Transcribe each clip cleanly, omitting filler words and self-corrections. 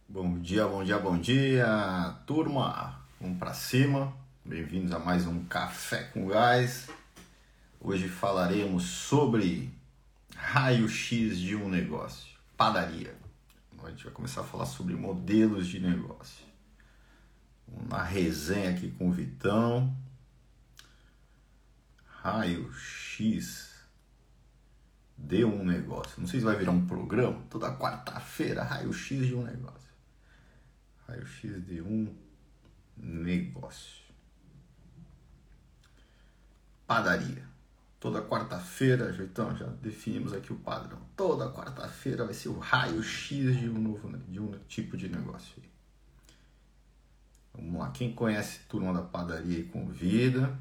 Bom dia, bom dia, bom dia, turma! Vamos pra cima. Bem-vindos a mais um Café com Gás. Hoje falaremos sobre raio-x de um negócio, padaria. A gente vai começar a falar sobre modelos de negócio. Uma resenha aqui com o Vitão. Raio-x de um negócio. Não sei se vai virar um programa. Toda quarta-feira, raio-x de um negócio. Raio-x de um negócio. Padaria. Toda quarta-feira, então já definimos aqui o padrão. Toda quarta-feira vai ser o raio-x de um tipo de negócio. Vamos lá. Quem conhece a turma da padaria e convida.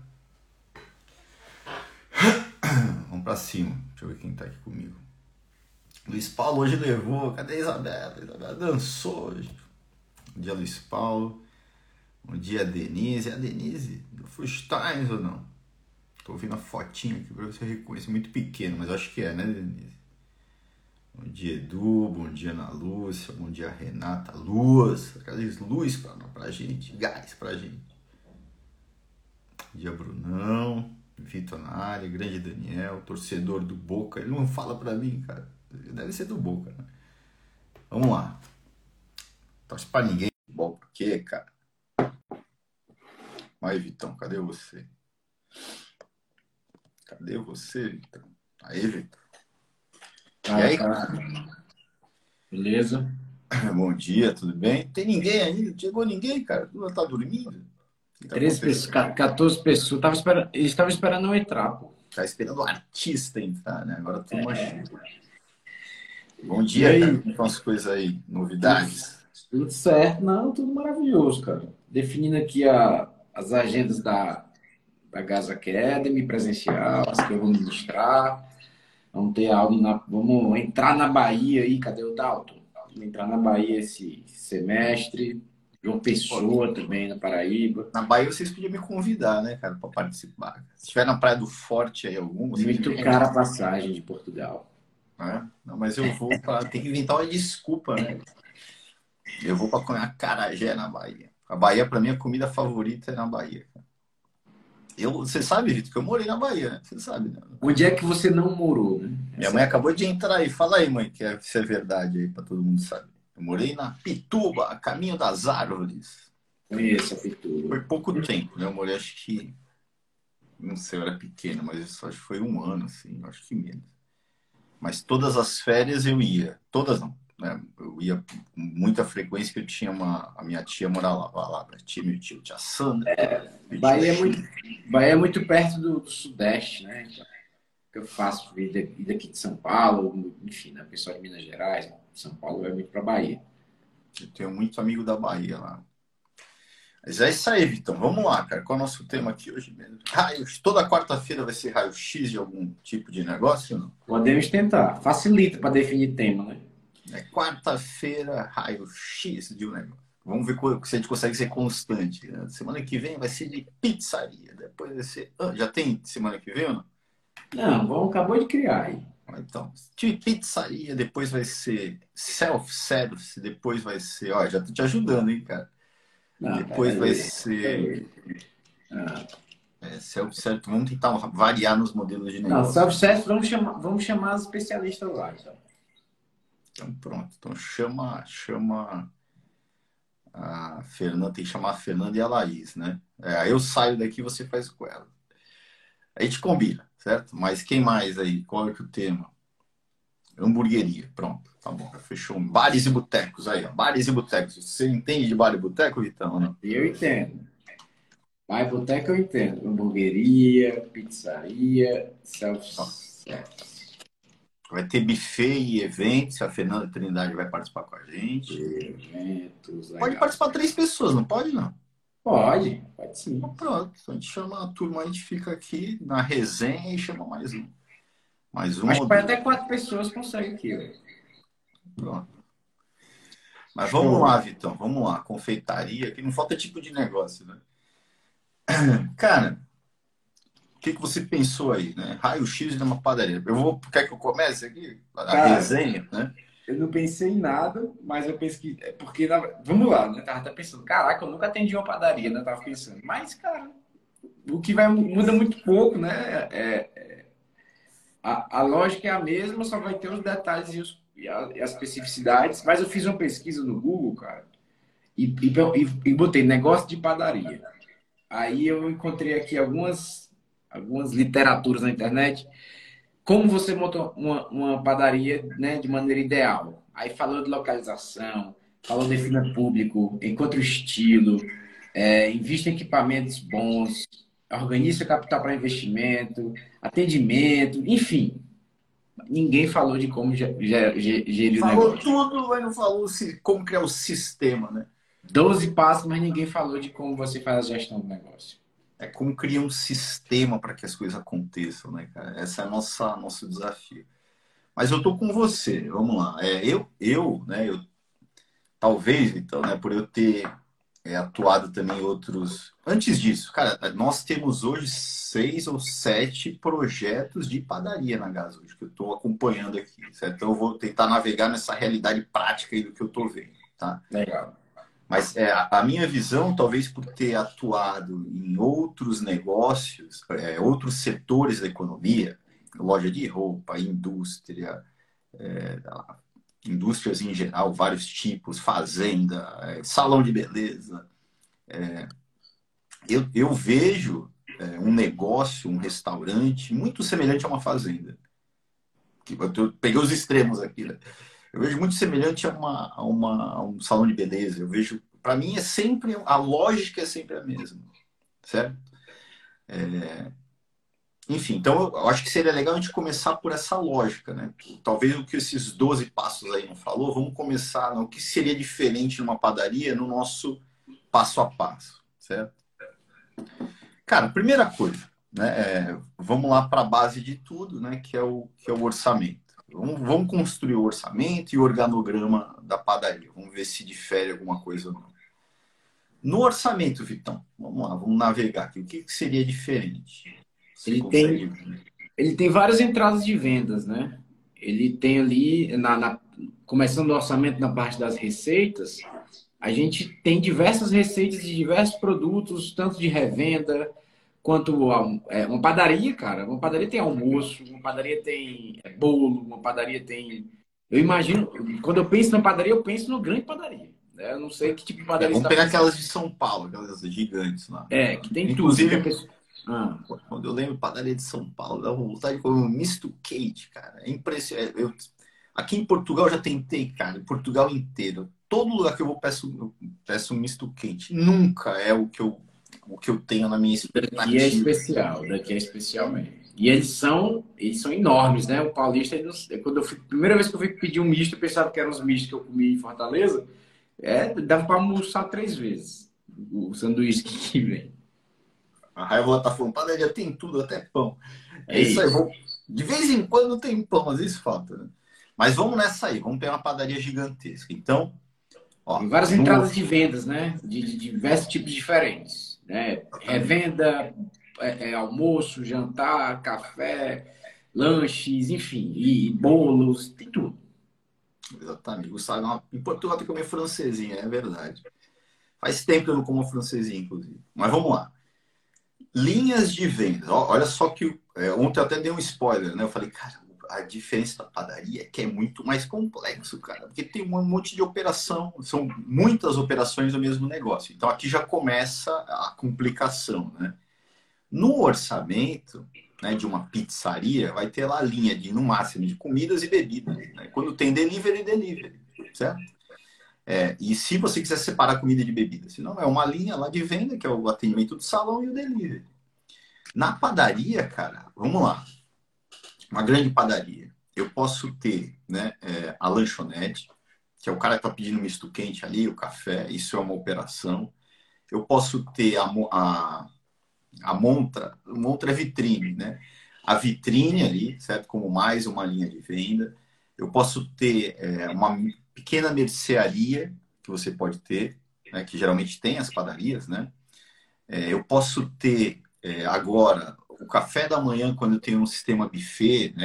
Vamos pra cima. Deixa eu ver quem tá aqui comigo. Luiz Paulo hoje levou. Cadê a Isabela? A Isabela dançou hoje. Bom dia, Luiz Paulo. Bom dia, Denise. É a Denise do Freestyle ou não? Tô ouvindo a fotinha aqui pra ver se eu reconheço. Muito pequeno, mas eu acho que é, né, Denise? Bom dia, Edu. Bom dia, Ana Lúcia. Bom dia, Renata. Luz. Aquelas luz pra gente. Gás pra gente. Bom dia, Brunão. Vitor na área. Grande Daniel. Torcedor do Boca. Ele não fala pra mim, cara. Deve ser do Boca, né? Vamos lá. Torce pra ninguém. Bom, por quê, cara? Aí, Vitão, cadê você? Cadê você, Vitão? Aí, Vitão. E aí, Cara, beleza? bom dia, tudo bem? Tem ninguém ainda? Não chegou ninguém, cara? Tu não tá dormindo? O que tá 13 pessoas, acontecendo? 14 pessoas. Eles estavam esperando eu entrar, pô. Tá esperando o artista entrar, né? Agora a turma chega. Bom E dia, cara. aí? Como estão as coisas aí? Tudo, Novidades? tudo certo? Não, tudo maravilhoso, cara. Definindo aqui as agendas da Gas Academy presencial, as que eu vou ministrar. Vamos ter algo vamos entrar na Bahia aí. Cadê o Dalton? Vamos entrar na Bahia esse semestre. João Pô, Pessoa também, na Paraíba. na Bahia vocês podiam me convidar, né, cara, pra participar. Se estiver na Praia do Forte aí algum, vocês Muito vêm, cara a passagem de Portugal. né? Não, mas eu vou para ter que inventar uma desculpa, né? Eu vou para comer acarajé na Bahia. A Bahia, para mim, a comida favorita é na Bahia. Você sabe, Vitor, que eu morei na Bahia, né? Você sabe, né? Onde é que você não morou, né? Minha mãe acabou de entrar aí. Fala aí, mãe, que isso é verdade aí, para todo mundo saber. Eu morei na Pituba, a caminho das árvores. Conheço a Pituba. Foi pouco tempo, né? Eu morei, acho que, não sei, eu era pequeno, mas isso acho que foi um ano, assim, acho que menos. Mas todas as férias eu ia. Todas não, né? Eu ia com muita frequência, que eu tinha a minha tia morava lá, minha tia, meu tio, tia Sandra, meu tio Bahia é muito, Chico. Bahia é muito perto do Sudeste, né? Então, eu faço vida aqui de São Paulo, enfim, né? Pessoal de Minas Gerais, São Paulo vai muito para Bahia. Eu tenho muito amigo da Bahia lá. Mas é isso aí, Vitão. Vamos lá, cara. Qual é o nosso tema aqui hoje mesmo? Raios. Toda quarta-feira vai ser raio-x de algum tipo de negócio? Não? Podemos tentar. Facilita para definir tema, né? É quarta-feira, raio-x de um negócio. Vamos ver se a gente consegue ser constante, né? Semana que vem vai ser de pizzaria. Depois vai ser. Já tem semana que vem ou não? Não, vamos, acabou de criar aí. Então, de pizzaria, depois vai ser self-service, depois vai ser. Ó, já tô te ajudando, hein, cara. Não, Depois vai peraí. ser. Peraí. Ah, Self-service. Vamos tentar variar nos modelos de não, negócio. self-service, vamos chamar as especialistas lá, então. Então, pronto. Então, chama a Fernanda, tem que chamar a Fernanda e a Laís, né? Aí eu saio daqui e você faz com ela. A gente combina, certo? Mas quem mais aí? Qual é que é o tema? Hamburgueria. Pronto, tá bom. Fechou. Bares e botecos aí, ó. Bares e botecos. Você entende de bar e boteco, Vitão, não? E eu entendo. Vai, boteca eu entendo. Hamburgueria, pizzaria, Ó, self-service. vai ter buffet e eventos. A Fernanda Trindade vai participar com a gente. Eventos, Pode legal. participar 3 pessoas, não pode, não? Pode sim. Então, pronto. Então, a gente chama a turma, a gente fica aqui na resenha e chama mais um. Mais um Acho ou que vai dois. até 4 pessoas consegue aqui, velho. Pronto. Mas vamos Show. lá, Vitão. Vamos lá. Confeitaria, que não falta tipo de negócio, né? Cara, o que você pensou aí, né? Raio-x de uma padaria. Quer que eu comece aqui? A Cara, resenha, né? Eu não pensei em nada, mas eu pensei que. Porque, vamos lá, né? Tava até pensando, caraca, eu nunca atendi uma padaria, né? Tava pensando. Mas, cara, o que vai muda muito pouco, né? A lógica é a mesma, só vai ter os detalhes e as especificidades. Mas eu fiz uma pesquisa no Google, cara, e botei negócio de padaria. Aí eu encontrei aqui algumas literaturas na internet. Como você monta uma padaria, né, de maneira ideal? Aí falou de localização, falou de defina público, encontre o estilo, invista em equipamentos bons, organize o capital para investimento, atendimento, enfim. Ninguém falou de como gerir o Falou negócio. tudo, mas não falou como criar o sistema, né? 12 passos, mas ninguém falou de como você faz a gestão do negócio. É como criar um sistema para que as coisas aconteçam, né, cara? Esse é nosso desafio. Mas eu tô com você, vamos lá. Né, talvez, então, né, por eu ter atuado também em outros. Antes disso, cara, nós temos hoje 6 ou 7 projetos de padaria na Gás hoje, que eu estou acompanhando aqui, certo? Então eu vou tentar navegar nessa realidade prática aí do que eu estou vendo, tá? Legal. Mas a minha visão, talvez por ter atuado em outros negócios, outros setores da economia, loja de roupa, indústria, indústrias em geral, vários tipos, fazenda, salão de beleza, eu vejo um negócio, um restaurante muito semelhante a uma fazenda. Eu peguei os extremos aqui, né? Eu vejo muito semelhante a um salão de beleza. Eu vejo, para mim, a lógica é sempre a mesma, certo? Enfim, então eu acho que seria legal a gente começar por essa lógica, né? Talvez o que esses 12 passos aí não falou, vamos começar no que seria diferente numa padaria no nosso passo a passo, certo? Cara, primeira coisa, né? Vamos lá para a base de tudo, né? Que é o orçamento. Vamos construir o orçamento e o organograma da padaria. Vamos ver se difere alguma coisa ou não. No orçamento, Vitão, vamos lá, vamos navegar aqui. O que seria diferente? Você Ele tem consegue. Ele tem várias entradas de vendas, né? Ele tem ali, começando o orçamento na parte das receitas, a gente tem diversas receitas de diversos produtos, tanto de revenda quanto uma padaria, cara. Uma padaria tem almoço, uma padaria tem bolo, uma padaria tem. Eu imagino, quando eu penso na padaria, eu penso numa grande padaria. Né? Eu não sei que tipo de padaria você Vamos está pegar pensando. aquelas de São Paulo, aquelas gigantes lá. Que tem tudo. Que a Inclusive, pessoa... Ah. quando eu lembro padaria de São Paulo, dá vontade de comer um misto quente, cara. É impressionante. Aqui em Portugal eu já tentei, cara, em Portugal inteiro. Todo lugar que eu vou eu peço um misto quente. Nunca é o que eu tenho na minha Daqui é expectativa. especial, daqui é especial mesmo. E eles são enormes, né? O paulista, quando primeira vez que eu fui pedir um misto, eu pensava que eram os mistos que eu comi em Fortaleza, dava para almoçar 3 vezes o sanduíche que vem. A Raivola tá falando, padaria tem tudo, até pão. É É isso aí. isso. De vez em quando tem pão, às vezes falta, né? Mas vamos nessa aí, vamos pegar uma padaria gigantesca. Então, Tem ó, várias no, entradas de vendas, né? De diversos tipos diferentes, né? exatamente, Revenda, almoço, jantar, café, lanches, enfim, e bolos, tem tudo. exatamente. Gustavo, em Portugal tem que comer francesinha, é verdade. Faz tempo que eu não como francesinha, inclusive. Mas vamos lá. Linhas de vendas. Olha só que ontem eu até dei um spoiler, né? Eu falei, cara, a diferença da padaria é que é muito mais complexo, cara, porque tem um monte de operação, são muitas operações do mesmo negócio. Então aqui já começa a complicação, né? No orçamento, né, de uma pizzaria, vai ter lá a linha de no máximo de comidas e bebidas, né? Quando tem delivery, certo? E se você quiser separar comida de bebida, senão é uma linha lá de venda, que é o atendimento do salão e o delivery. Na padaria, cara, vamos lá. Uma grande padaria. Eu posso ter, né, a lanchonete, que é o cara que está pedindo misto quente ali, o café, isso é uma operação. Eu posso ter a montra é vitrine, né? A vitrine ali, certo? Como mais uma linha de venda. Eu posso ter uma pequena mercearia que você pode ter, né? Que geralmente tem as padarias, né? Eu posso ter agora o café da manhã quando eu tenho um sistema buffet, né? Ou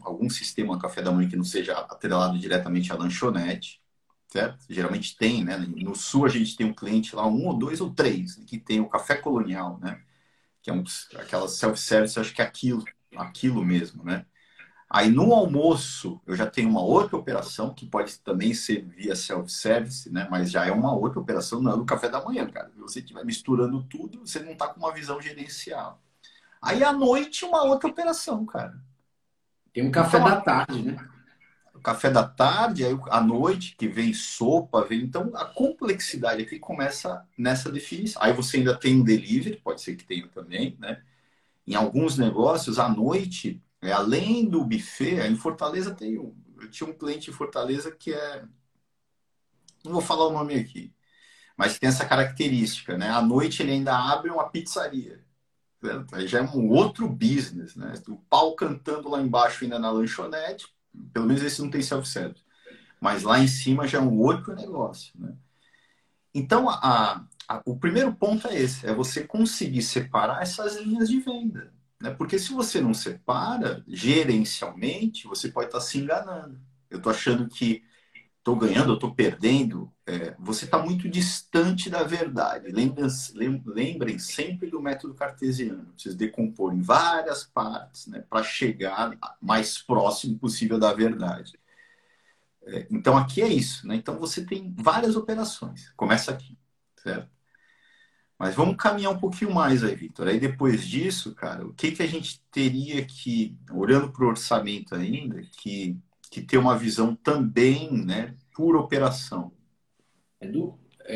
algum sistema de café da manhã que não seja atrelado diretamente à lanchonete, certo? Geralmente tem, né? No Sul a gente tem um cliente lá, um ou dois ou três, que tem o café colonial, né? Que é aquela self-service, acho que é aquilo mesmo, né? Aí no almoço eu já tenho uma outra operação que pode também ser via self-service, né? Mas já é uma outra operação, não é do café da manhã, cara. Se você estiver misturando tudo, você não está com uma visão gerencial. Aí à noite uma outra operação, cara. Tem um café Então da tarde, né? o café da tarde, aí à noite que vem sopa, vem então a complexidade aqui começa nessa definição. Aí você ainda tem um delivery, pode ser que tenha também, né? Em alguns negócios, à noite, além do buffet, em Fortaleza tem um. Eu tinha um cliente em Fortaleza que é. Não vou falar o nome aqui, mas tem essa característica, né? À noite ele ainda abre uma pizzaria. Certo? Aí já é um outro business, né? O pau cantando lá embaixo ainda na lanchonete, pelo menos esse não tem self-service. Mas lá em cima já é um outro negócio, né? Então, o primeiro ponto é esse, é você conseguir separar essas linhas de venda. Né? Porque se você não separa, gerencialmente, você pode estar se enganando. Eu estou achando que estou ganhando, eu estou perdendo. Você está muito distante da verdade. Lembrem sempre do método cartesiano. Vocês decompor em várias partes, né, para chegar mais próximo possível da verdade. Então, aqui é isso. Né? Então, você tem várias operações. Começa aqui, certo? Mas vamos caminhar um pouquinho mais aí, Vitor. Aí depois disso, cara, o que a gente teria que, olhando para o orçamento ainda, que ter uma visão também, né, por operação. É do,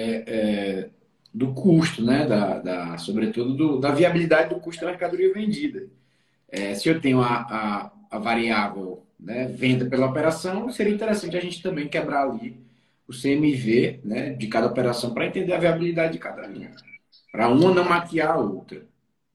do custo, né? Sobretudo da viabilidade do custo da mercadoria vendida. Se eu tenho a variável, né, venda pela operação, seria interessante a gente também quebrar ali o CMV, né, de cada operação para entender a viabilidade de cada linha. Para uma não maquiar a outra.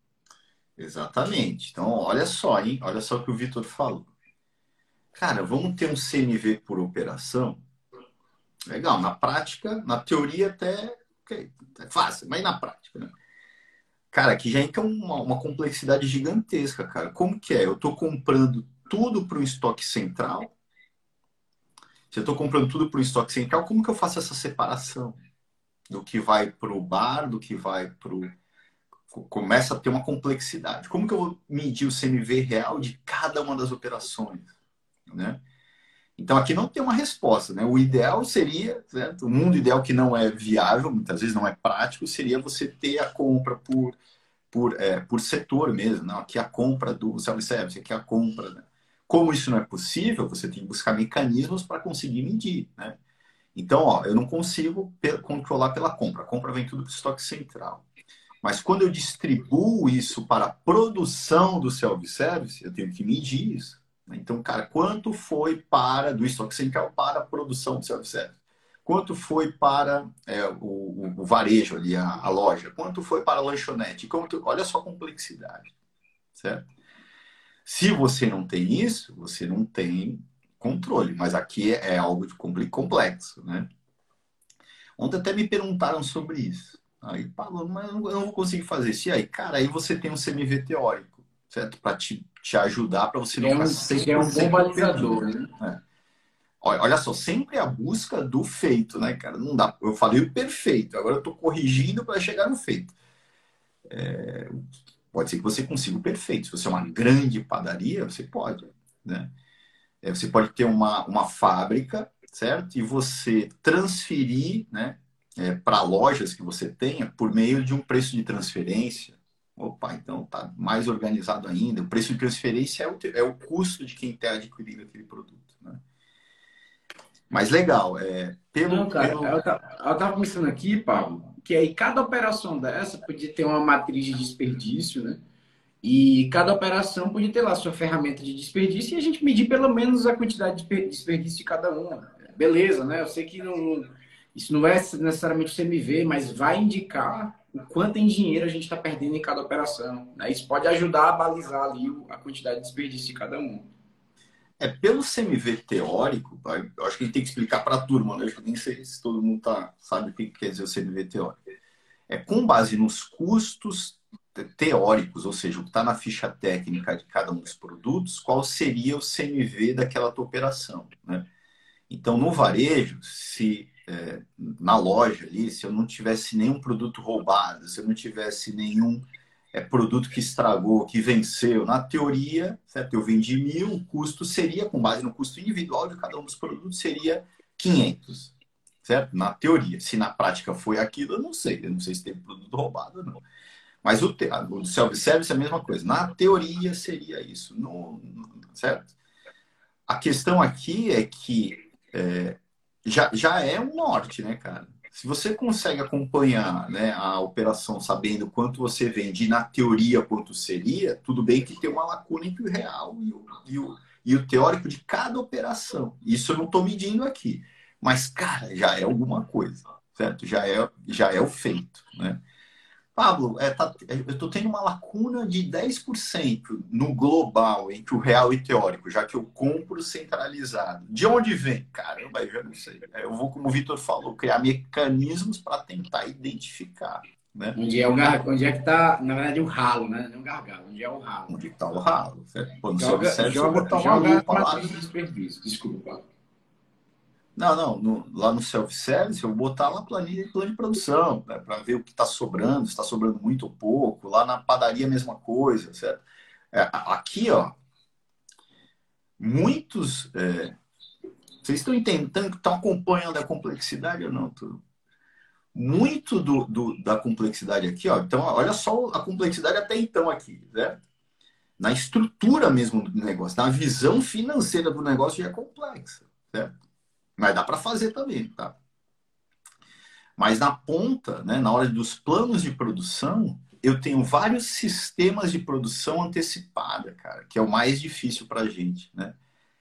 Exatamente. Então, olha só, hein? Olha só o que o Vitor falou. Cara, vamos ter um CMV por operação? Legal. Na prática, na teoria até okay, é fácil, mas na prática, né? Cara, aqui já entra uma complexidade gigantesca, cara. Como que é? Eu estou comprando tudo para um estoque central. Se eu estou comprando tudo para um estoque central, como que eu faço essa separação? Do que vai para o bar, do que vai para o. Começa a ter uma complexidade. Como que eu vou medir o CMV real de cada uma das operações? Né? Então aqui não tem uma resposta. Né? O ideal seria, certo? O mundo ideal que não é viável, muitas vezes não é prático, seria você ter a compra por setor mesmo. Não? Aqui a compra do self-service, aqui a compra. Né? Como isso não é possível, você tem que buscar mecanismos para conseguir medir. Né? Então, ó, eu não consigo controlar pela compra. A compra vem tudo para o estoque central. Mas quando eu distribuo isso para a produção do self-service, eu tenho que medir isso. Né? Então, cara, quanto foi para do estoque central para a produção do self-service? Quanto foi para o varejo ali, a loja? Quanto foi para a lanchonete? Olha só a complexidade, certo? Se você não tem isso, você não tem controle. Mas aqui é algo de complexo, né? Ontem até me perguntaram sobre isso. Aí, Paulo, mas eu não vou conseguir fazer isso. E aí, cara, aí você tem um CMV teórico, certo? Para te ajudar, para você não ficar Que é um bom 100% balizador, perdido. né? Né? Olha só, sempre a busca do feito, né, cara? Não dá. Eu falei o perfeito, agora eu estou corrigindo para chegar no feito. Pode ser que você consiga o perfeito. Se você é uma grande padaria, você pode, né? Você pode ter uma fábrica, certo? E você transferir, né, para lojas que você tenha por meio de um preço de transferência. Opa, então tá mais organizado ainda. O preço de transferência é o custo de quem está adquirindo aquele produto. Né? Mas legal, Não, cara, pelo. eu tava pensando aqui, Paulo, que aí cada operação dessa podia ter uma matriz de desperdício, né? E cada operação podia ter lá sua ferramenta de desperdício e a gente medir pelo menos a quantidade de desperdício de cada uma. Beleza, né? Eu sei que isso não é necessariamente o CMV, mas vai indicar o quanto em dinheiro a gente está perdendo em cada operação. Né? Isso pode ajudar a balizar ali a quantidade de desperdício de cada um. Pelo CMV teórico, tá? Eu acho que a gente tem que explicar para a turma, né? Eu acho que nem sei se todo mundo sabe o que quer dizer o CMV teórico. Com base nos custos teóricos, ou seja, o que está na ficha técnica de cada um dos produtos, qual seria o CMV daquela tua operação, né? Então, no varejo, se na loja ali, se eu não tivesse nenhum produto roubado, se eu não tivesse nenhum produto que estragou, que venceu, na teoria, certo? Eu vendi 1.000, o custo seria, com base no custo individual de cada um dos produtos, seria 500, certo? Na teoria. Se na prática foi aquilo, eu não sei se teve produto roubado ou não. Mas o self-service é a mesma coisa. Na teoria seria isso, certo? A questão aqui é que já é um norte, né, cara? Se você consegue acompanhar, né, a operação sabendo quanto você vende e na teoria quanto seria, tudo bem que tem uma lacuna entre o real e o teórico de cada operação. Isso eu não estou medindo aqui. Mas, cara, já é alguma coisa, certo? Já é o feito, né? Pablo, eu estou tendo uma lacuna de 10% no global entre o real e teórico, já que eu compro centralizado. De onde vem? Caramba, eu já não sei. Eu vou, como o Vitor falou, criar mecanismos para tentar identificar, né? Onde é que está, na verdade, o ralo, né? Não o gargalo, onde é o ralo. Onde está o ralo, certo? Pô, no Joga, self-service, eu botar uma joga as lupa lá. matrizes de desperdício. Desculpa. Não, lá no self-service, eu vou botar lá planilha de plano de produção, né, para ver o que está sobrando, se está sobrando muito ou pouco. Lá na padaria, a mesma coisa, certo? Aqui, ó, muitos. Vocês estão entendendo, estão acompanhando a complexidade ou não? Muito da complexidade aqui, ó. Então, olha só a complexidade até então aqui, né? Na estrutura mesmo do negócio, na visão financeira do negócio já é complexa, certo? Mas dá para fazer também, tá? Mas na ponta, né, na hora dos planos de produção, eu tenho vários sistemas de produção antecipada, cara, que é o mais difícil para a gente, né?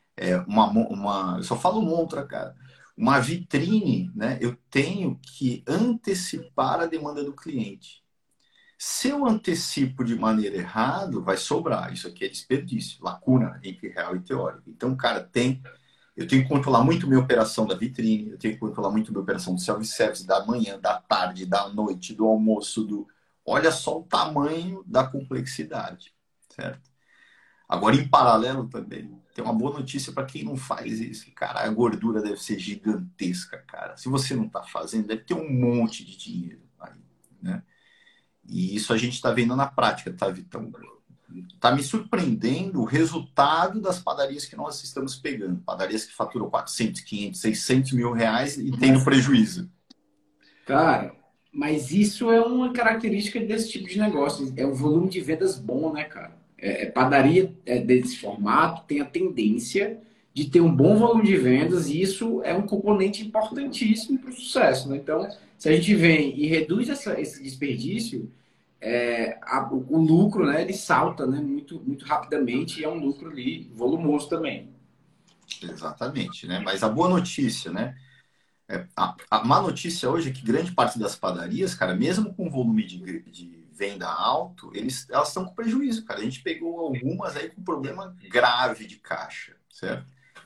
Eu só falo montra, cara. Uma vitrine, né? Eu tenho que antecipar a demanda do cliente. Se eu antecipo de maneira errada, vai sobrar. Isso aqui é desperdício, lacuna entre real e teórico. Então, cara, eu tenho que controlar muito minha operação da vitrine, eu tenho que controlar muito minha operação do self-service da manhã, da tarde, da noite, do almoço. Olha só o tamanho da complexidade, certo? Agora, em paralelo também, tem uma boa notícia para quem não faz isso. Cara, a gordura deve ser gigantesca, cara. Se você não está fazendo, deve ter um monte de dinheiro aí, né? E isso a gente está vendo na prática, tá, Vitão? Tá me surpreendendo o resultado das padarias que nós estamos pegando. Padarias que faturam 400, 500, 600 mil reais e tendo prejuízo. Cara, mas isso é uma característica desse tipo de negócio. É o volume de vendas bom, né, cara? Padaria desse formato tem a tendência de ter um bom volume de vendas e isso é um componente importantíssimo para o sucesso, né? Então, se a gente vem e reduz esse desperdício, o lucro, né, ele salta, né, muito, muito rapidamente e é um lucro ali volumoso também. Exatamente, né? Mas a boa notícia, né? A má notícia hoje é que grande parte das padarias, cara, mesmo com volume de venda alto, elas estão com prejuízo, cara. A gente pegou algumas aí com problema grave de caixa, certo?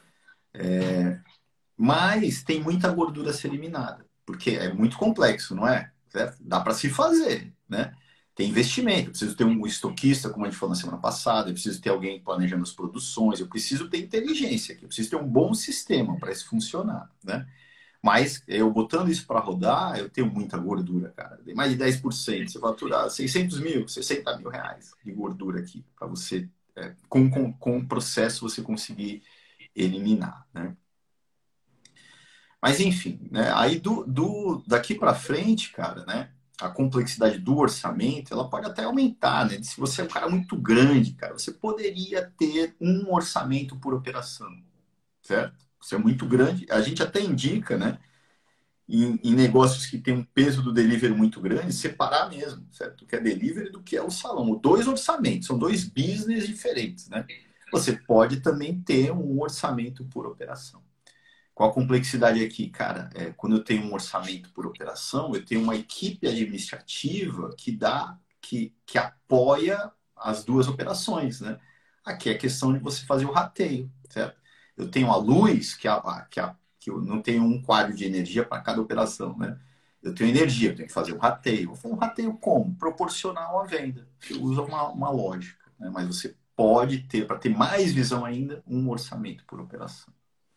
Mas tem muita gordura a ser eliminada, porque é muito complexo, não é? Certo? Dá para se fazer, né? Tem investimento, eu preciso ter um estoquista, como a gente falou na semana passada, eu preciso ter alguém planejando as produções, eu preciso ter inteligência aqui, eu preciso ter um bom sistema para isso funcionar, né? Mas eu botando isso para rodar, eu tenho muita gordura, cara. Tem mais de 10%. Você faturar 600 mil, 60 mil reais de gordura aqui, para você, com o processo, você conseguir eliminar, né? Mas enfim, né? Aí daqui para frente, cara, né? A complexidade do orçamento, ela pode até aumentar, né? Se você é um cara muito grande, cara, você poderia ter um orçamento por operação, certo? Você é muito grande, a gente até indica, né? Em negócios que tem um peso do delivery muito grande, separar mesmo, certo? O que é delivery do que é o salão. Dois orçamentos, são dois business diferentes, né? Você pode também ter um orçamento por operação. Qual a complexidade aqui, cara? Quando eu tenho um orçamento por operação, eu tenho uma equipe administrativa que apoia as duas operações, né? Aqui é a questão de você fazer o rateio, certo? Eu tenho a luz, que eu não tenho um quadro de energia para cada operação, né? eu tenho energia, eu tenho que fazer um rateio. Vou fazer um rateio como? Proporcional à venda. Você usa uma lógica, né? Mas você pode ter, para ter mais visão ainda, um orçamento por operação.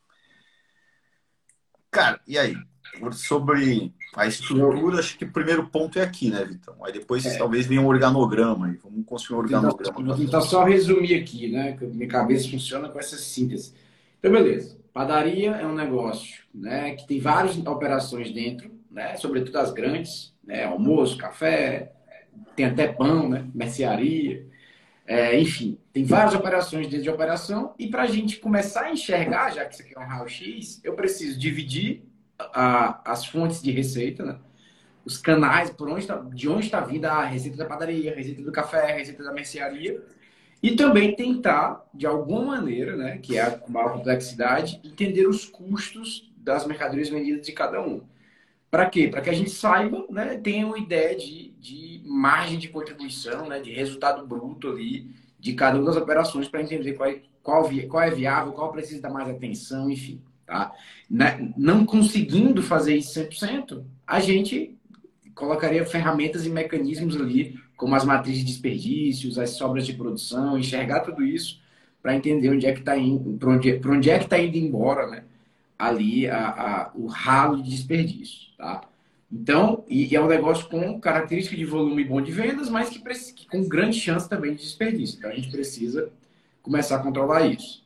Cara, e aí? Sobre a Eu estrutura, acho que o primeiro ponto é aqui, né, Vitão? Aí depois é, talvez venha um organograma aí. Vamos construir um organograma vou para tentar frente. só resumir aqui, né? Que minha cabeça funciona com essa síntese. Então, beleza. Padaria é um negócio, né? Que tem várias operações dentro, né? Sobretudo as grandes, né? Almoço, café, tem até pão, né? Mercearia. Enfim, tem várias operações dentro de operação e para a gente começar a enxergar, já que isso aqui é um raio-x, eu preciso dividir as fontes de receita, né? Os canais, de onde está vindo a receita da padaria, a receita do café, a receita da mercearia, e também tentar, de alguma maneira, né, que é a maior complexidade, entender os custos das mercadorias vendidas de cada um. Para quê? Para que a gente saiba, né, tenha uma ideia de margem de contribuição, né, de resultado bruto ali de cada uma das operações para entender qual é viável, qual precisa dar mais atenção, enfim. Tá? Não conseguindo fazer isso 100%, a gente colocaria ferramentas e mecanismos ali, como as matrizes de desperdícios, as sobras de produção, enxergar tudo isso para entender onde é que está indo, para onde é que está indo embora, né? Ali o ralo de desperdício, tá? Então, é um negócio com característica de volume bom de vendas, mas que com grande chance também de desperdício. Então, a gente precisa começar a controlar isso.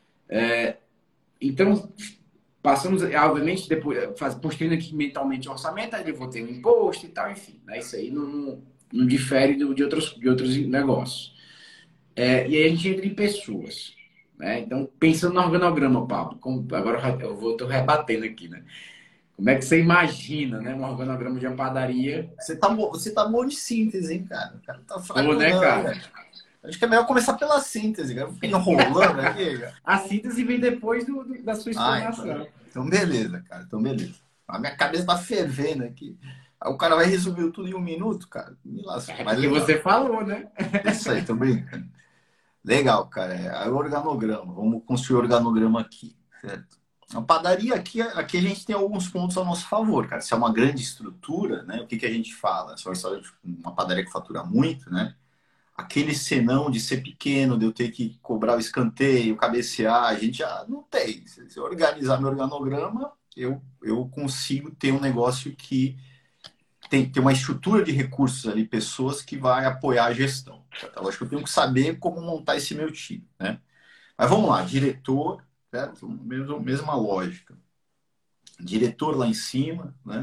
Então, passamos, obviamente, depois, construindo aqui mentalmente o orçamento, aí eu vou ter um imposto e tal, enfim. Né? Isso aí não difere de outros negócios. E aí a gente entra em pessoas. Né? Então, pensando no organograma, Pablo, agora tô rebatendo aqui, né? Como é que você imagina, né, um organograma de uma padaria? Você tá bom de síntese, hein, cara? O cara tá Pô, fraco, né, não, cara? hein? Acho que é melhor começar pela síntese, cara. Eu fiquei enrolando aqui, cara. A síntese vem depois da sua Ah, explanação. então beleza, cara. Então beleza. A minha cabeça tá fervendo aqui. Aí o cara vai resumir tudo em um minuto, cara. Me lascou. É Mas porque legal. você falou, né? Isso aí, tô brincando. Legal, cara. Aí o organograma. Vamos construir o organograma aqui, certo? A padaria aqui a gente tem alguns pontos a nosso favor, cara. Se é uma grande estrutura, né? O que a gente fala? Se é um restaurante, uma padaria que fatura muito, né? Aquele senão de ser pequeno, de eu ter que cobrar o escanteio, cabecear, a gente já não tem. Se eu organizar meu organograma, eu consigo ter um negócio que tem uma estrutura de recursos ali, pessoas que vai apoiar a gestão. Então, acho que eu tenho que saber como montar esse meu time, né? Mas vamos lá, diretor, certo? Mesma lógica. Diretor lá em cima, né?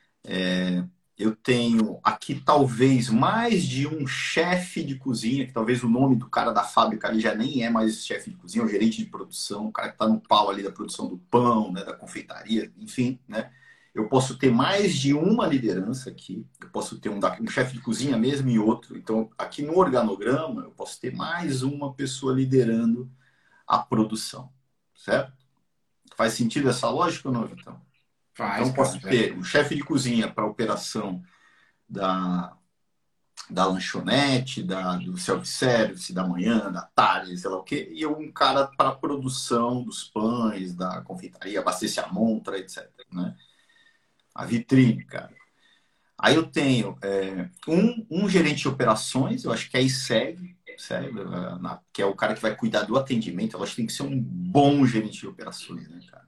Eu tenho aqui talvez mais de um chefe de cozinha, que talvez o nome do cara da fábrica ali já nem é mais chefe de cozinha, é o gerente de produção, o cara que está no pau ali da produção do pão, né, da confeitaria, enfim, né? Eu posso ter mais de uma liderança aqui, eu posso ter um chefe de cozinha mesmo e outro. Então, aqui no organograma, eu posso ter mais uma pessoa liderando a produção, certo? Faz sentido essa lógica ou não, Vitão? Então, Faz, eu cara. posso ter um chefe de cozinha para a operação da, da lanchonete, do self-service, da manhã, da tarde, sei lá o quê, e um cara para a produção dos pães, da confeitaria, abastecer a montra, etc. Né? A vitrine, cara. Aí eu tenho um gerente de operações, eu acho que aí segue que é o cara que vai cuidar do atendimento. Eu acho que tem que ser um bom gerente de operações, né, cara?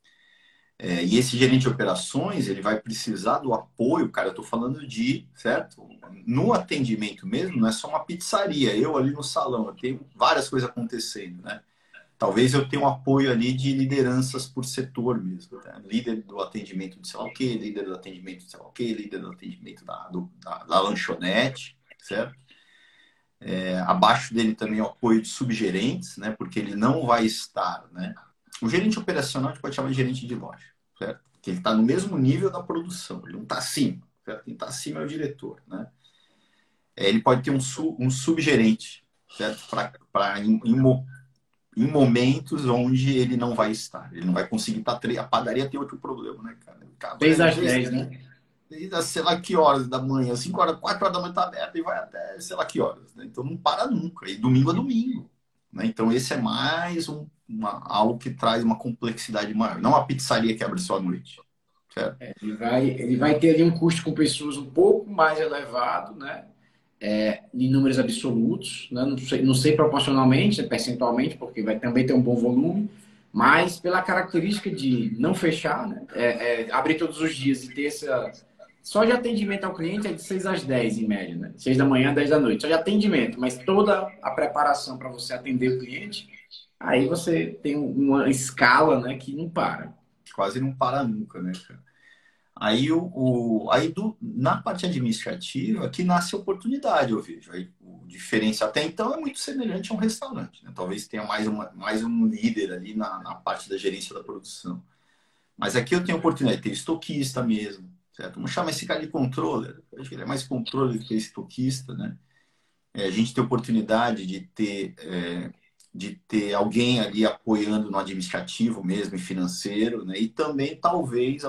E esse gerente de operações, ele vai precisar do apoio, cara, eu estou falando certo? No atendimento mesmo, não é só uma pizzaria, eu ali no salão, eu tenho várias coisas acontecendo, né? Talvez eu tenha um apoio ali de lideranças por setor mesmo, né? Líder do atendimento de sei lá o quê, líder do atendimento de sei lá o quê, líder do atendimento da lanchonete, certo? Abaixo dele também o apoio de subgerentes, né? Porque ele não vai estar, né? O gerente operacional a gente pode chamar de gerente de loja, certo? Que ele está no mesmo nível da produção, ele não está acima, certo? Quem está acima é o diretor, né? Ele pode ter um subgerente, certo? Em momentos onde ele não vai estar, ele não vai conseguir estar. A padaria tem outro problema, né, cara? Ele trabalha 6 às 10, né? desde sei lá que horas da manhã, 5 horas, 4 horas da manhã está aberta e vai até sei lá que horas, né? Então não para nunca, e domingo é domingo, né? Então esse é mais algo que traz uma complexidade maior, não uma pizzaria que abre só à noite, certo? Ele vai ter ali um custo com pessoas um pouco mais elevado, né? Em números absolutos, né? Não sei proporcionalmente, percentualmente, porque vai também ter um bom volume, mas pela característica de não fechar, né? Abrir todos os dias e ter essa. Só de atendimento ao cliente é de 6 às 10 em média, né? 6 da manhã, 10 da noite. Só de atendimento, mas toda a preparação para você atender o cliente, aí você tem uma escala, né, que não para. Quase não para nunca, né, cara? Aí na parte administrativa que nasce a oportunidade, eu vejo. Aí, o diferencial até então é muito semelhante a um restaurante, né? Talvez tenha mais um líder ali na parte da gerência da produção. Mas aqui eu tenho a oportunidade de ter estoquista mesmo, certo? Vamos chamar esse cara de controller. Eu acho que ele é mais controller do que estoquista, né? A gente tem a oportunidade de ter alguém ali apoiando no administrativo mesmo e financeiro, né? E também talvez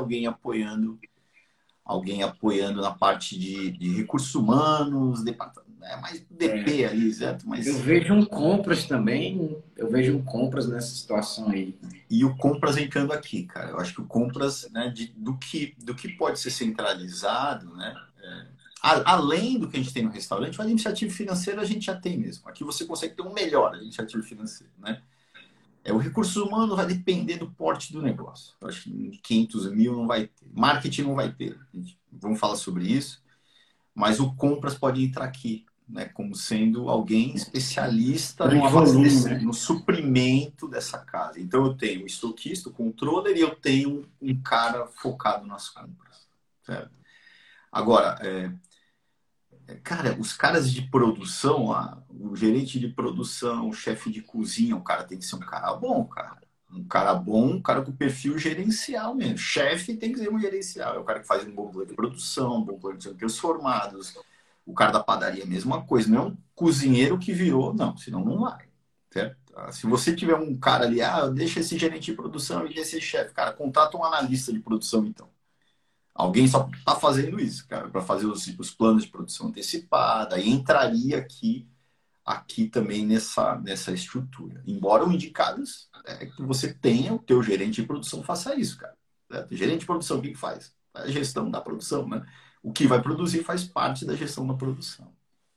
alguém apoiando na parte de recursos humanos, mais DP ali, certo? Eu Mas vejo um compras também, eu vejo um compras nessa situação aí. e o compras entrando aqui, cara. Eu acho que o compras, né, do que pode ser centralizado, né? Além do que a gente tem no restaurante, o administrativo financeiro a gente já tem mesmo. Aqui você consegue ter um melhor administrativo financeiro, né? O recurso humano vai depender do porte do negócio. Eu acho que 500 mil não vai ter. Marketing não vai ter. Vamos falar sobre isso. Mas o compras pode entrar aqui, né? Como sendo alguém especialista no Grande volume, abastecimento, né? no suprimento dessa casa. Então eu tenho o estoquista, o controller e eu tenho um cara focado nas compras. Certo? Agora, cara, os caras de produção lá, o gerente de produção, o chefe de cozinha, o cara tem que ser um cara bom, cara. Um cara bom, um cara com perfil gerencial mesmo. Chefe tem que ser um gerencial. É o cara que faz um bom plano de produção, um bom plano de transformados. O cara da padaria, mesma coisa. Não é um cozinheiro que virou, não, senão não vai. Certo? Se você tiver um cara ali, deixa esse gerente de produção e esse chefe, cara, contrata um analista de produção então. Alguém só está fazendo isso, cara, para fazer os planos de produção antecipada e entraria aqui também nessa estrutura. Embora o indicados é que você tenha o teu gerente de produção faça isso, cara. Certo? O gerente de produção, o que faz? A gestão da produção, né? O que vai produzir faz parte da gestão da produção.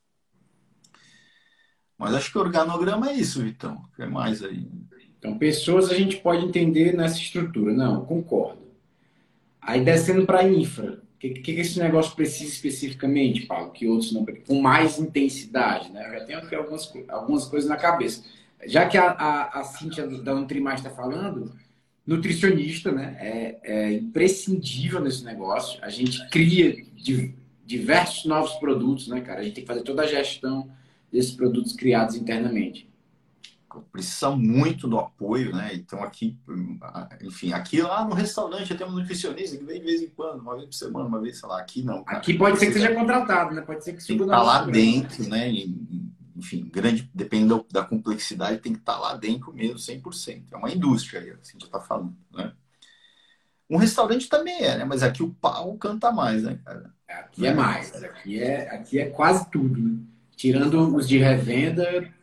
Mas acho que o organograma é isso, Vitão. O que é mais aí? Então, pessoas a gente pode entender nessa estrutura. Não, concordo. Aí descendo para a infra. O que esse negócio precisa especificamente, Paulo? Que outros não com mais intensidade, né? Eu já tenho aqui algumas coisas na cabeça. Já que a Cíntia da Nutrimar está falando, nutricionista, né? É imprescindível nesse negócio. A gente cria diversos novos produtos, né, cara? A gente tem que fazer toda a gestão desses produtos criados internamente. Precisa muito do apoio, né? Então aqui, enfim, aqui lá no restaurante temos um nutricionista que vem de vez em quando, uma vez por semana, uma vez, sei lá, aqui não, cara. Aqui pode ser que seja contratado, né? Pode ser que Tem que suba estar no lá programa. dentro, né? Enfim, dependendo da complexidade, tem que estar lá dentro mesmo, 100%. É uma indústria aí, assim, a gente está falando, né? Um restaurante também é, né? Mas aqui o pau canta mais, né, cara? Aqui é Né? mais. Aqui é quase tudo, né? Tirando os de revenda,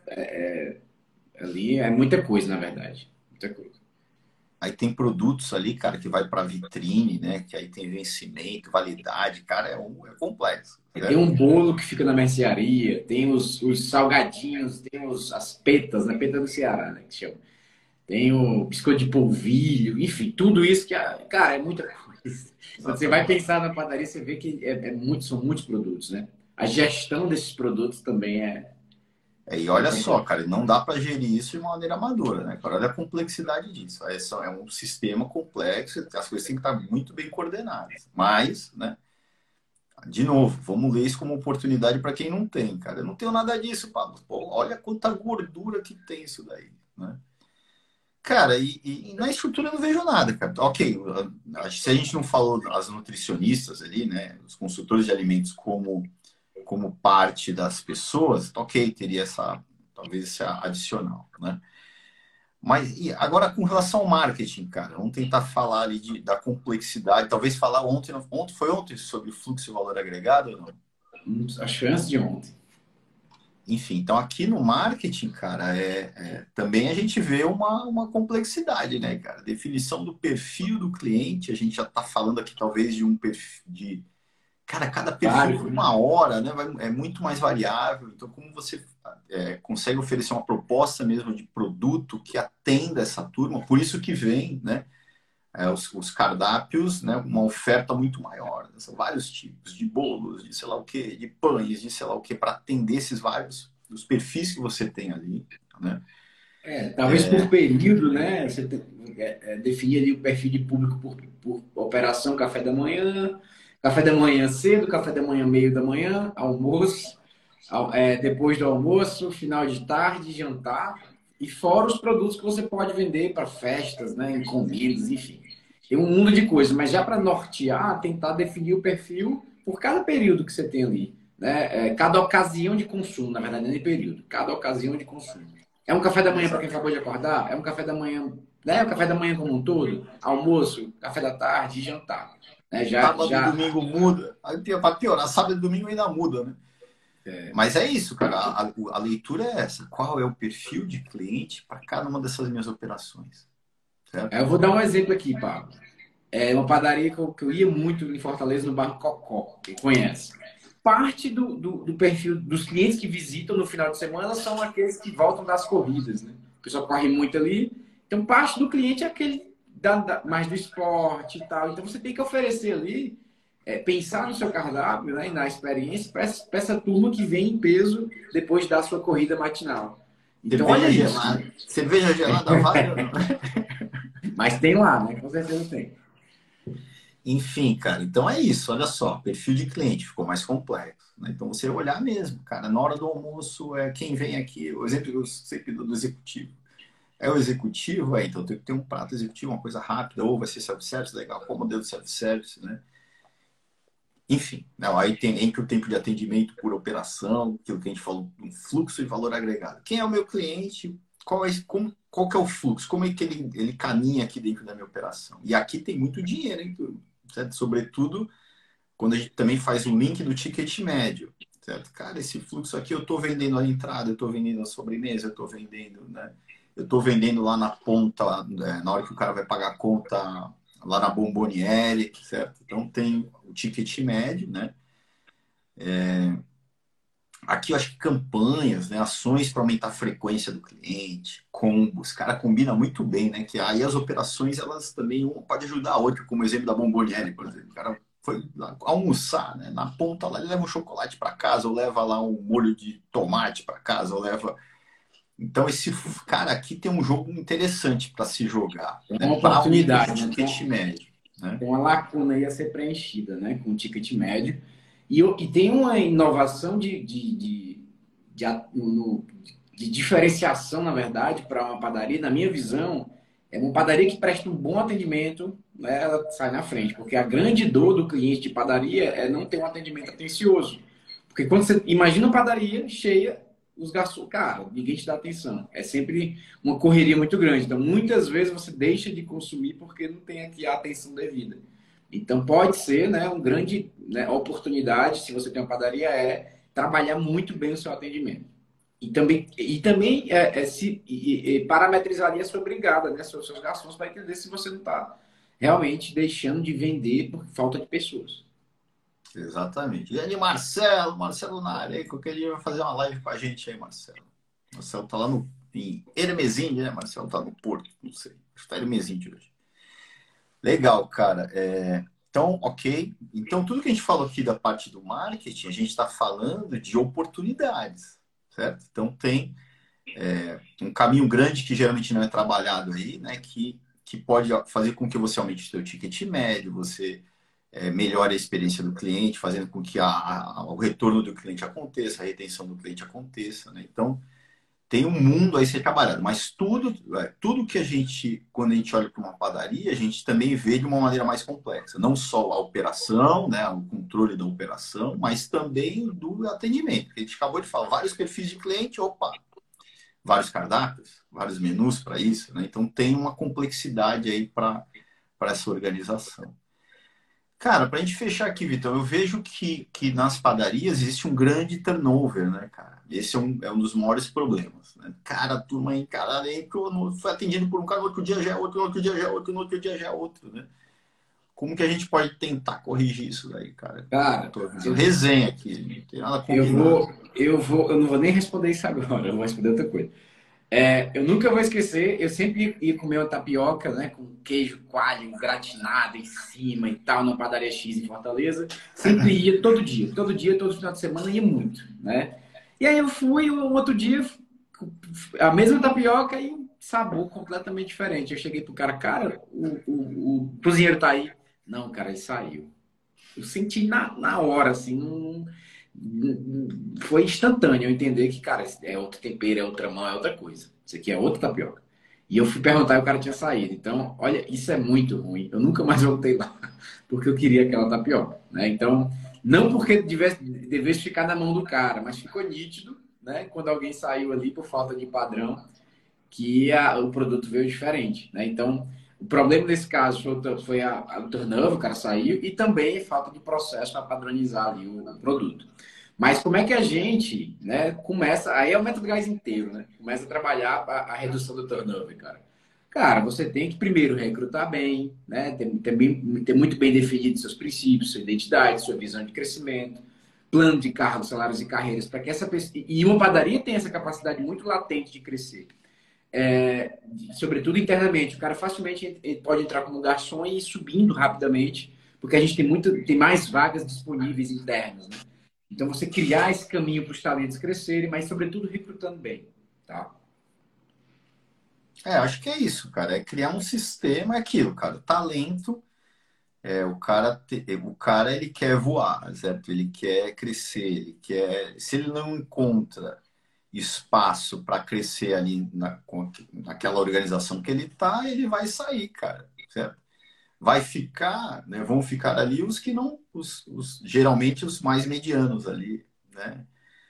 ali é muita coisa, na verdade. Muita coisa. Aí tem produtos ali, cara, que vai para vitrine, né? Que aí tem vencimento, validade, cara, é complexo, Tem certo? um bolo que fica na mercearia, tem os salgadinhos, tem as petas, né? Peta do Ceará, né? Que chama. Tem o biscoito de polvilho, enfim, tudo isso que, cara, é muita coisa. Quando você vai Exatamente. pensar na padaria, você vê que são muitos produtos, né? A gestão desses produtos também E é olha só, complexa. cara, não dá para gerir isso de uma maneira amadora, né, cara? Olha a complexidade disso. É um sistema complexo, as coisas têm que estar muito bem coordenadas. Mas, né, de novo, vamos ler isso como oportunidade para quem não tem, cara. Eu não tenho nada disso, Pablo. Pô, olha quanta gordura que tem isso daí, né? Cara, e na estrutura eu não vejo nada, cara. Ok, se a gente não falou as nutricionistas ali, né, os consultores de alimentos como parte das pessoas, ok, teria talvez esse adicional, né? Mas e agora com relação ao marketing, cara, vamos tentar falar ali da complexidade, talvez falar ontem foi ontem sobre fluxo e valor agregado ou não? Acho que foi antes de ontem. enfim, então aqui no marketing, cara, também a gente vê uma complexidade, né, cara? Definição do perfil do cliente, a gente já está falando aqui talvez de um perfil de. Cara, cada perfil Vários, por né? uma hora, né? É muito mais variável. Então, como você consegue oferecer uma proposta mesmo de produto que atenda essa turma, por isso que vem, né? Os cardápios, né, uma oferta muito maior. Né? São vários tipos de bolos, de sei lá o que, de pães, de sei lá o que, para atender esses vários os perfis que você tem ali. Né? Talvez por período, né? Definir ali o perfil de público por operação café da manhã cedo, café da manhã meio da manhã, almoço, depois do almoço, final de tarde, jantar, e fora os produtos que você pode vender para festas, né? Encomendas, enfim. Tem um mundo de coisas, mas já para nortear, tentar definir o perfil por cada período que você tem ali. Né? Cada ocasião de consumo, na verdade, nem período, cada ocasião de consumo. É um café da manhã para quem Exato. acabou de acordar? É um café da manhã, né? O café da manhã como um todo? Almoço, café da tarde, jantar. Né? Sábado e domingo muda. Aí para piorar, sábado e domingo ainda muda, né? Mas é isso, cara. A leitura é essa. Qual é o perfil de cliente para cada uma dessas minhas operações? Certo? Eu vou dar um exemplo aqui, Pablo. É uma padaria que eu ia muito em Fortaleza, no bairro Cocó, quem conhece. Parte do perfil dos clientes que visitam no final de semana são aqueles que voltam das corridas, né? O pessoal corre muito ali. Então, parte do cliente é aquele mais do esporte e tal. Então, você tem que oferecer ali, pensar no seu cardápio, né, e na experiência para essa turma que vem em peso depois da sua corrida matinal. Então, olha Cerveja isso. gelada. Cerveja gelada vale ou não? Mas tem lá, né? Com certeza tem. Enfim, cara, então é isso. Olha só, perfil de cliente ficou mais complexo. Né? Então você olhar mesmo, cara, na hora do almoço é quem vem aqui, o exemplo que eu sempre dou do executivo. É o executivo, então tem que ter um prato executivo, uma coisa rápida, ou vai ser self-service, legal, qual o modelo de self-service, né? Enfim, não, aí tem entre o tempo de atendimento por operação, aquilo que a gente falou, um fluxo e valor agregado. Quem é o meu cliente? Qual que é o fluxo? Como é que ele caminha aqui dentro da minha operação? E aqui tem muito dinheiro, hein, turma? Certo? Sobretudo quando a gente também faz o link do ticket médio, certo? Cara, esse fluxo aqui eu estou vendendo a entrada, eu estou vendendo a sobremesa, eu estou vendendo, né? Eu estou vendendo lá na ponta, na hora que o cara vai pagar a conta lá na Bomboniere, certo? Então tem o ticket médio, né? Aqui eu acho que campanhas, né? Ações para aumentar a frequência do cliente, combos, cara, combina muito bem, né? Que aí as operações elas também uma pode ajudar a outra, como o exemplo da Bomboniere, por exemplo. O cara foi lá almoçar, né? Na ponta lá ele leva um chocolate para casa, ou leva lá um molho de tomate para casa, ou leva. Então esse cara aqui tem um jogo interessante para se jogar, É né? uma Para esse oportunidade, né? ticket médio, né? Tem uma lacuna aí a ser preenchida, né? Com o ticket médio. E tem uma inovação de, de diferenciação, na verdade, para uma padaria, na minha visão, é uma padaria que presta um bom atendimento, né? Ela sai na frente, porque a grande dor do cliente de padaria é não ter um atendimento atencioso. Porque quando você imagina uma padaria cheia, os garçons, cara, ninguém te dá atenção. É sempre uma correria muito grande. Então, muitas vezes você deixa de consumir porque não tem aqui a atenção devida. Então, pode ser, né, um grande, né, oportunidade, se você tem uma padaria, é trabalhar muito bem o seu atendimento. E também parametrizar ali a sua brigada, né, seus garçons, para entender se você não está realmente deixando de vender por falta de pessoas. Exatamente. E aí, Marcelo na área aí, qualquer dia vai fazer uma live com a gente aí, Marcelo. Marcelo tá lá em Hermesinde, né? Marcelo tá no Porto, não sei. Acho que tá em Hermesinde hoje. Legal, cara. Então, ok. Então, tudo que a gente falou aqui da parte do marketing, a gente está falando de oportunidades, certo? Então, tem um caminho grande que geralmente não é trabalhado aí, né? Que pode fazer com que você aumente o seu ticket médio, você melhore a experiência do cliente, fazendo com que o retorno do cliente aconteça, a retenção do cliente aconteça, né? Então, tem um mundo aí a ser trabalhado, mas tudo que a gente, quando a gente olha para uma padaria, a gente também vê de uma maneira mais complexa. Não só a operação, né, o controle da operação, mas também do atendimento. A gente acabou de falar, vários perfis de cliente, opa, vários cardápios, vários menus para isso, né? Então tem uma complexidade aí para essa organização. Cara, pra gente fechar aqui, Vitão, eu vejo que nas padarias existe um grande turnover, né, cara? Esse é um dos maiores problemas, né? Cara, a turma encarada aí, foi atendido por um cara, no outro dia já é outro, no outro dia já é outro, no outro dia já é outro, né? Como que a gente pode tentar corrigir isso daí, cara? Qual a Cara, tua visão? eu, Resenha aqui, não tem nada eu combinado. vou, eu não vou nem responder isso agora, eu vou responder outra coisa. Eu nunca vou esquecer, eu sempre ia comer uma tapioca, né, com queijo coalho gratinado em cima e tal, na padaria X em Fortaleza. Sempre ia, todo dia, todo final de semana, ia muito, né? E aí eu fui um outro dia, a mesma tapioca e um sabor completamente diferente. Eu cheguei pro cara, o cozinheiro tá aí. Não, cara, ele saiu. Eu senti na hora, assim, foi instantâneo eu entender que, cara, é outro tempero, é outra mão, é outra coisa. Isso aqui é outra tapioca. E eu fui perguntar e o cara tinha saído. Então, olha, isso é muito ruim. Eu nunca mais voltei lá, porque eu queria aquela tapioca, né? Então, não porque devesse ficar na mão do cara, mas ficou nítido, né? Quando alguém saiu ali por falta de padrão, que o produto veio diferente, né? Então, o problema nesse caso foi o turnover, o cara saiu, e também falta de processo para padronizar ali o produto. Mas como é que a gente, né, começa, aí é o método gás inteiro, né? Começa a trabalhar a redução do turnover, cara. Cara, você tem que primeiro recrutar bem, né? Ter muito bem definido seus princípios, sua identidade, sua visão de crescimento, plano de cargos, salários e carreiras, para que essa pessoa. E uma padaria tem essa capacidade muito latente de crescer, sobretudo internamente. O cara facilmente ele pode entrar como garçom e ir subindo rapidamente, porque a gente tem mais vagas disponíveis internas, né? Então, você criar esse caminho para os talentos crescerem, mas, sobretudo, recrutando bem, tá? Acho que é isso, cara. É criar um sistema, é aquilo, cara. Talento, o cara ele quer voar, certo? Ele quer crescer, ele quer. Se ele não encontra espaço para crescer ali naquela organização que ele tá, ele vai sair, cara, certo? Vai ficar, né? Vão ficar ali os que não, geralmente os mais medianos ali, né?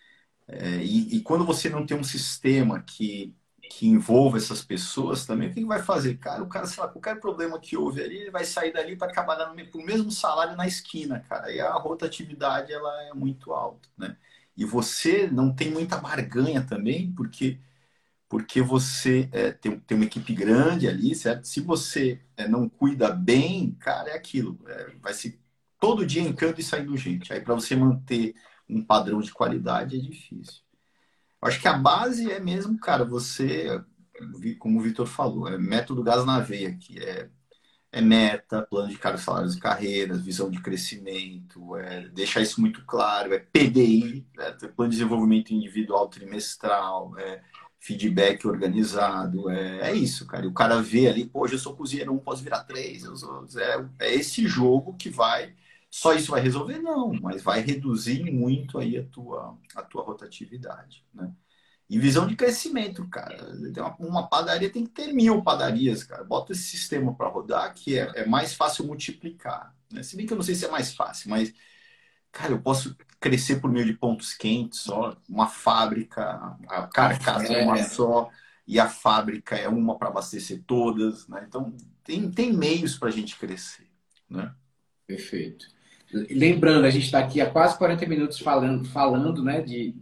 E quando você não tem um sistema que envolva essas pessoas também, o que vai fazer? O cara, sei lá, qualquer problema que houve ali, ele vai sair dali para trabalhar pro mesmo salário na esquina, cara. E a rotatividade, ela é muito alta, né? E você não tem muita barganha também, porque você tem uma equipe grande ali, certo? Se você não cuida bem, cara, é aquilo. Vai ser todo dia entrando e saindo gente. Aí para você manter um padrão de qualidade é difícil. Eu acho que a base é mesmo, cara, você, como o Vitor falou, é método gás na veia, que é meta, plano de cargos, salários e carreiras, visão de crescimento, deixar isso muito claro, é PDI, né, plano de desenvolvimento individual trimestral, feedback organizado, é isso, cara. E o cara vê ali, pô, hoje eu sou cozinheiro, não posso virar três, é esse jogo que só isso vai resolver? Não, mas vai reduzir muito aí a tua rotatividade, né? E visão de crescimento, cara. Uma padaria tem que ter 1.000 padarias, cara. Bota esse sistema para rodar que é mais fácil multiplicar, né? Se bem que eu não sei se é mais fácil, mas, cara, eu posso crescer por meio de pontos quentes só. Uma fábrica, a carcaça é uma É, só e a fábrica é uma para abastecer todas, né? Então, tem meios para a gente crescer, né? perfeito. Lembrando, a gente está aqui há quase 40 minutos falando, né,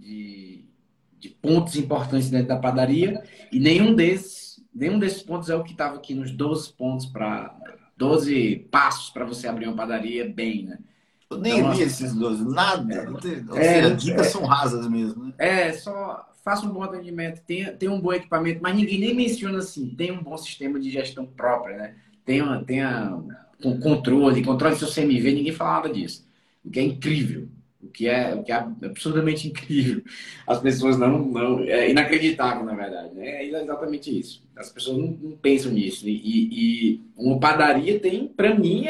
de pontos importantes dentro da padaria, e nenhum desses pontos é o que estava aqui nos 12 pontos para 12 passos para você abrir uma padaria bem, né? Eu nem Então, li esses dois, nada. Ou é, seja, dicas são rasas mesmo, né? só faça um bom atendimento, tenha um bom equipamento, mas ninguém nem menciona assim, tem um bom sistema de gestão própria, né? Tenha um controle seu CMV, ninguém fala nada disso. O que é incrível, o que é absurdamente incrível. As pessoas não é inacreditável, na verdade, né? É exatamente isso. As pessoas não pensam nisso. E uma padaria tem, para mim,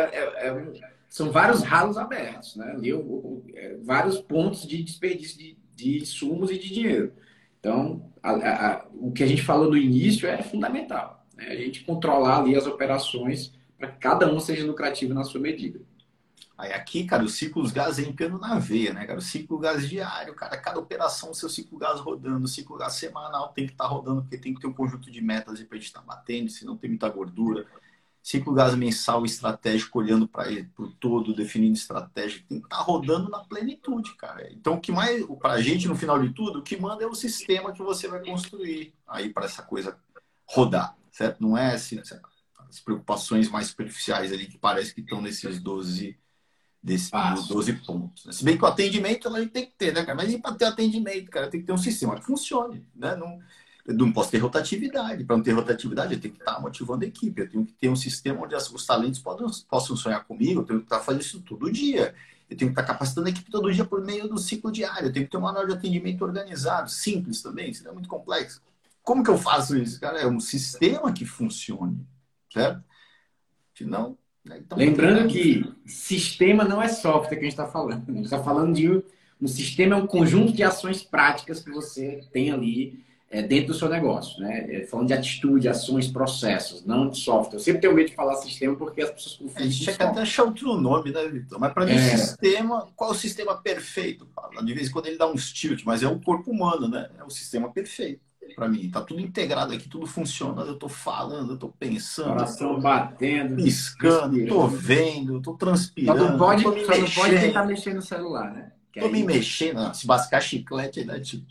são vários ralos abertos, né? Ali, vários pontos de desperdício de insumos e de dinheiro. Então, o que a gente falou no início é fundamental, né? A gente controlar ali as operações para que cada um seja lucrativo na sua medida. Aí aqui, cara, o ciclo gás é entrando na veia, né, cara? O ciclo gás diário, cara, cada operação, o seu ciclo gás rodando, o ciclo gás semanal tem que estar rodando, porque tem que ter um conjunto de metas para a gente estar batendo, se não tem muita gordura. Ciclo gás mensal estratégico, olhando para ele por todo, definindo estratégia, tem que estar rodando na plenitude, cara. Então, o que mais, para a gente, no final de tudo, o que manda é o sistema que você vai construir aí para essa coisa rodar, certo? Não é assim, as preocupações mais superficiais ali que parece que estão nesses 12 Passo. pontos. Né? Se bem que o atendimento a gente tem que ter, né, cara? Mas e para ter atendimento, cara, tem que ter um sistema que funcione, né? Não posso ter rotatividade. Para não ter rotatividade, eu tenho que estar motivando a equipe. Eu tenho que ter um sistema onde os talentos possam sonhar comigo. Eu tenho que estar fazendo isso todo dia. Eu tenho que estar capacitando a equipe todo dia por meio do ciclo diário. Eu tenho que ter um manual de atendimento organizado, simples também, isso não é muito complexo. Como que eu faço isso? Cara, é um sistema que funcione, certo? Senão, né, então não tem Lembrando nada. que sistema não é software que a gente está falando. A gente está falando de um sistema, é um conjunto de ações práticas que você tem ali dentro do seu negócio. Né? Falando de atitude, ações, processos, não de software. Eu sempre tenho medo de falar sistema porque as pessoas A confundem gente com tinha que até software. achar outro nome, né, Vitor? Mas para mim, sistema, qual é o sistema perfeito? De vez em quando ele dá uns tilt, mas é o corpo humano, né? É o sistema perfeito. Para mim, tá tudo integrado aqui, tudo funcionando. Eu tô falando, eu tô pensando, eu Coração tô batendo, piscando, tô respirando. vendo, tô Só não transpirando, pode, tô me só não pode tentar mexendo, mexer no celular, né? Que tô me aí. mexendo. Não, se bascar chiclete, né, tipo.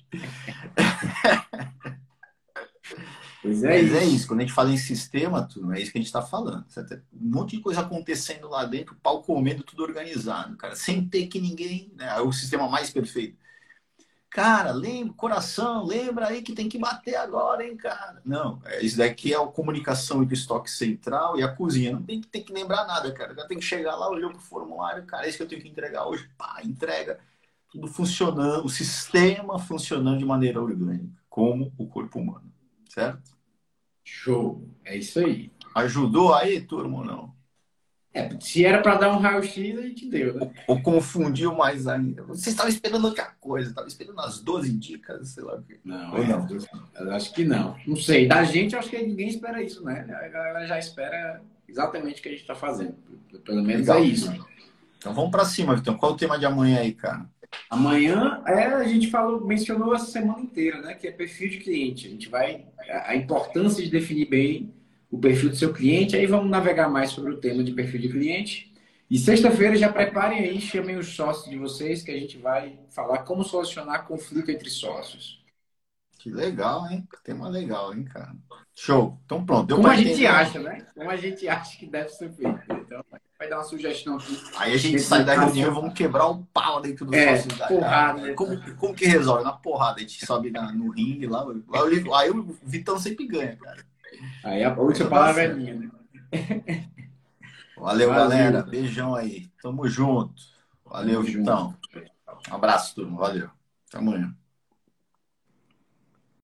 Pois é Mas é isso, isso. quando a gente fala em sistema, tudo, é isso que a gente está falando. Um monte de coisa acontecendo lá dentro, o pau comendo, tudo organizado, cara, sem ter que ninguém, né, é o sistema mais perfeito. Cara, lembra, coração, lembra aí que tem que bater agora, hein, cara. Não, isso daqui é a comunicação entre o estoque central e a cozinha. Não tem que lembrar nada, cara. Já tem que chegar lá, olhou pro formulário, cara, é isso que eu tenho que entregar hoje. Pá, entrega. Tudo funcionando, o sistema funcionando de maneira orgânica, como o corpo humano, certo? Show. É isso aí. Ajudou aí, turma, ou não? Se era para dar um raio-x, a gente deu, né? Ou confundiu mais ainda? Você estava esperando outra coisa, estava esperando as 12 dicas, sei lá o quê. Não, Ou não? eu acho que não. Não sei. Da gente, eu acho que ninguém espera isso, né? A galera já espera exatamente o que a gente está fazendo. Pelo menos é Legal. isso. Então vamos para cima, Vitão. Qual é o tema de amanhã aí, cara? Amanhã a gente mencionou essa semana inteira, né? Que é perfil de cliente. A gente vai a importância de definir bem o perfil do seu cliente. Aí vamos navegar mais sobre o tema de perfil de cliente. E sexta-feira já preparem aí, chamem os sócios de vocês, que a gente vai falar como solucionar conflito entre sócios. Que legal, hein? Tema legal, hein, cara? Show. Então pronto, deu Como para a gente entender? acha, né? Como a gente acha que deve ser feito. Então, vai dar uma sugestão aqui Aí a gente dentro sai do da reunião e caso. vamos quebrar o pau dentro dos sócios da Porrada. Java. Como que resolve? Na porrada. A gente sobe no ringue lá, aí o Vitão sempre ganha, cara. Aí a Aí última não dá palavra é certo. minha, né? Valeu, galera. Valeu. Beijão aí. Tamo junto. Valeu, Tamo junto. Vitão. Um abraço, turma. Valeu. Até amanhã.